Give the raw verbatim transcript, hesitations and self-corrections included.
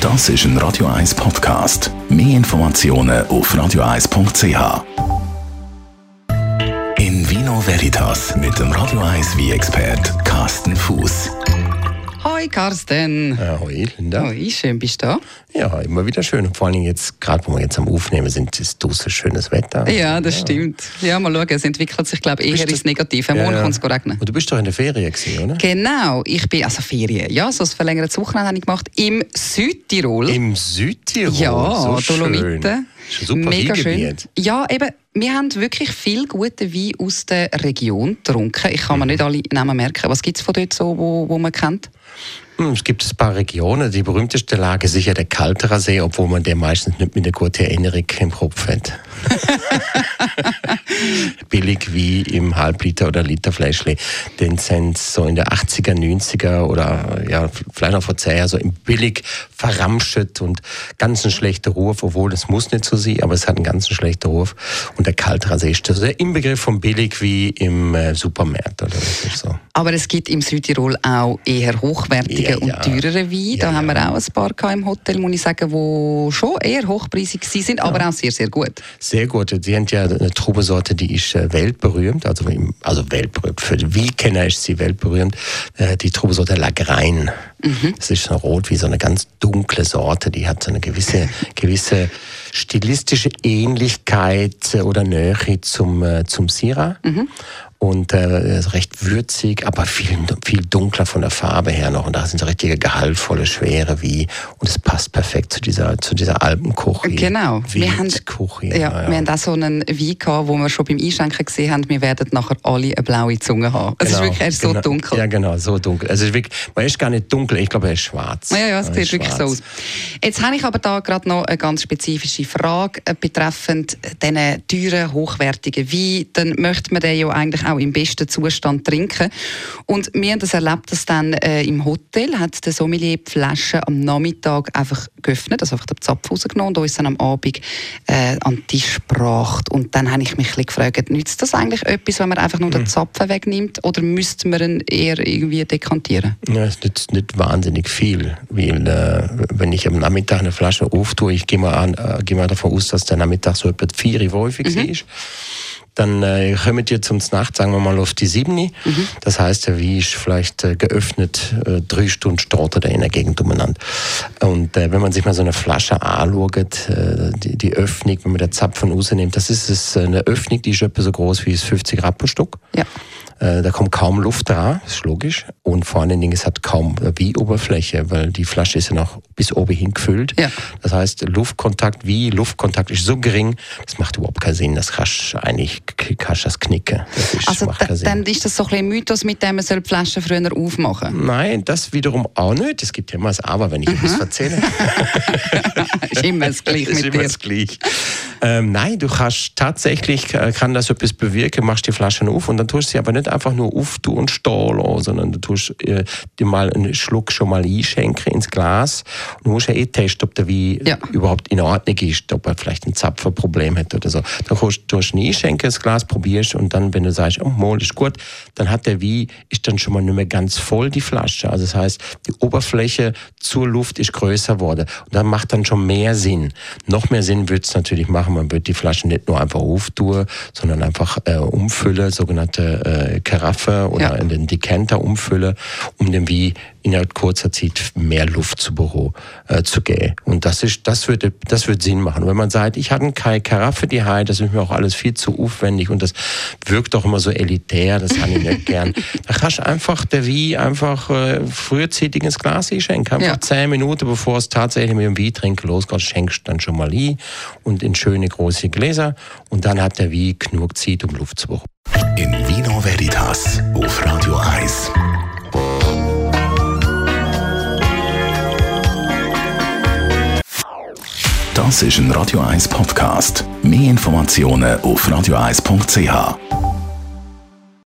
Das ist ein Radio eins Podcast. Mehr Informationen auf radio eins punkt c h. In Vino Veritas mit dem Radio eins Wein-Expert Carsten Fuß. Hoi Carsten. Ja, hoi Linda. Hoi, schön bist du da. Ja, immer wieder schön. Und vor allem jetzt, gerade wo wir jetzt am Aufnehmen sind, ist draußen schönes Wetter. Ja, das ja. stimmt. Ja, mal schauen, es entwickelt sich, glaube ich, eher ins Negative. Morgen ja, ja. kann es regnen. Und du bist doch in der Ferien gewesen, oder? Genau, ich bin, also Ferien, ja, so ein verlängertes Wochenende habe ich gemacht im Südtirol. Im Südtirol? Ja, so Dolomiten. Schön. Das ist ein super Mega schön. Weingebiet. Ja, eben, wir haben wirklich viel guten Wein aus der Region getrunken. Ich kann mir nicht alle Namen merken. Was gibt es von dort so, wo, wo man kennt? Es gibt ein paar Regionen. Die berühmteste Lage ist sicher der Kalterer See, obwohl man den meistens nicht mit einer guten Erinnerung im Kopf hat. Billig wie im Halbliter- oder Literfläschchen. Den sind so in der achtziger, neunziger oder ja, vielleicht noch vor zehn Jahren so im billig verramscht und ganz einen schlechten Ruf, obwohl das muss nicht so sein, aber es hat einen ganz schlechten Ruf. Und der Kalterer See ist der Inbegriff von billig wie im äh, Supermarkt. Oder so. Aber es gibt im Südtirol auch eher hochwertige ja, und ja. teurere Weine. Da ja, haben wir ja. auch ein paar im Hotel, muss ich sagen, die schon eher hochpreisig sind, aber ja. auch sehr, sehr gut. Sehr gut. Sie haben ja eine Trubesorte, die ist weltberühmt. Also, also weltberühmt. Für die Weinkenner ist sie weltberühmt. Die Trubesorte Lagrein. Mhm. Das ist so rot wie so eine ganz dunkle Sorte. Die hat so eine gewisse, gewisse stilistische Ähnlichkeit oder Nähe zum, zum Syrah. Mhm. Und äh, recht würzig, aber viel, viel dunkler von der Farbe her noch. Und da sind so richtige gehaltvolle, schwere wie. Und es passt perfekt zu dieser, zu dieser Alpenküche. Genau. Wir haben, Küche, ja, ja. wir haben auch so einen Wein gehabt, wo wir schon beim Einschenken gesehen haben, wir werden nachher alle eine blaue Zunge haben. Es genau, ist wirklich erst so genau, dunkel. Ja, genau, so dunkel. Also wirklich, man ist gar nicht dunkel, ich glaube, er ist schwarz. Ja, ja, es sieht wirklich schwarz. so aus. Jetzt habe ich aber da gerade noch eine ganz spezifische Frage betreffend diesen teuren, hochwertigen Wein. Dann möchte man den ja eigentlich auch im besten Zustand trinken. Und wir haben das erlebt, dass dann äh, im Hotel hat der Sommelier die Flasche am Nachmittag einfach geöffnet, also einfach den Zapf rausgenommen und uns dann am Abend äh, an den Tisch gebracht. Und dann habe ich mich ein bisschen gefragt, nützt das eigentlich etwas, wenn man einfach nur den mhm. Zapfen wegnimmt, oder müsste man ihn eher irgendwie dekantieren? Ja, es nützt nicht wahnsinnig viel, weil äh, wenn ich am Nachmittag eine Flasche auftue, ich gehe mal, an, äh, gehe mal davon aus, dass der Nachmittag so etwa vier Uhr häufig mhm. ist. Dann äh, kommen wir zum Nacht, sagen wir mal, auf die sieben. Mhm. Das heißt, der Wein ist vielleicht äh, geöffnet, äh, drei Stunden startet er in der Gegend umeinander. Und äh, wenn man sich mal so eine Flasche anschaut, äh, die, die Öffnung, wenn man den Zapfen rausnimmt, das ist es, eine Öffnung, die ist etwa so groß wie das fünfzig Rappenstück. Ja. Äh, da kommt kaum Luft dran, ist logisch. Und vor allen Dingen, es hat kaum Weinoberfläche, weil die Flasche ist ja noch bis oben hin gefüllt. Ja. Das heißt, Luftkontakt, wie Luftkontakt ist so gering, das macht überhaupt keinen Sinn. Das kannst du eigentlich kannst du das knicken. Das ist, also da, dann ist das so ein bisschen ein Mythos, mit dem man die Flasche früher aufmachen soll? Nein, das wiederum auch nicht. Es gibt ja immer das Aber, wenn ich mhm. etwas erzähle. Ist immer das Gleiche mit ist dir. Immer das Gleiche. Ähm, nein, du kannst tatsächlich, kann das etwas bewirken, machst die Flaschen auf und dann tust du sie aber nicht einfach nur auftun und stehen lassen, sondern du tust äh, dir mal einen Schluck schon mal einschenken ins Glas. Und du musst ja eh testen, ob der Wein ja. überhaupt in Ordnung ist, ob er vielleicht ein Zapferproblem hat oder so. Dann kannst du ihn einschenken, das Glas probierst und dann, wenn du sagst, oh, mal ist gut, dann hat der Wein, ist dann schon mal nicht mehr ganz voll, die Flasche. Also das heißt, die Oberfläche zur Luft ist größer geworden. Und dann macht dann schon mehr Sinn. Noch mehr Sinn würde es natürlich machen, man würde die Flasche nicht nur einfach auftun, sondern einfach äh, umfüllen, sogenannte äh, Karaffe oder ja. in den Decanter umfüllen, um dem Wein innerhalb kurzer Zeit mehr Luft zu, Büro, äh, zu geben. Und das ist, das würde, das würde Sinn machen. Wenn man sagt, ich hatte keine Karaffe, die Hai, das ist mir auch alles viel zu aufwendig und das wirkt doch immer so elitär, das habe ich nicht gern. Da kannst du einfach der Wein einfach äh, frühzeitig ins Glas einschenken. Einfach ja. zehn Minuten, bevor es tatsächlich mit dem Wein trinken losgeht, schenkst du dann schon mal ein und in schöne große Gläser und dann hat der Wein genug Zeit, um Luft zu bekommen. In Vino Veritas auf Radio eins. Das ist ein Radio eins Podcast. Mehr Informationen auf radio eins punkt c h.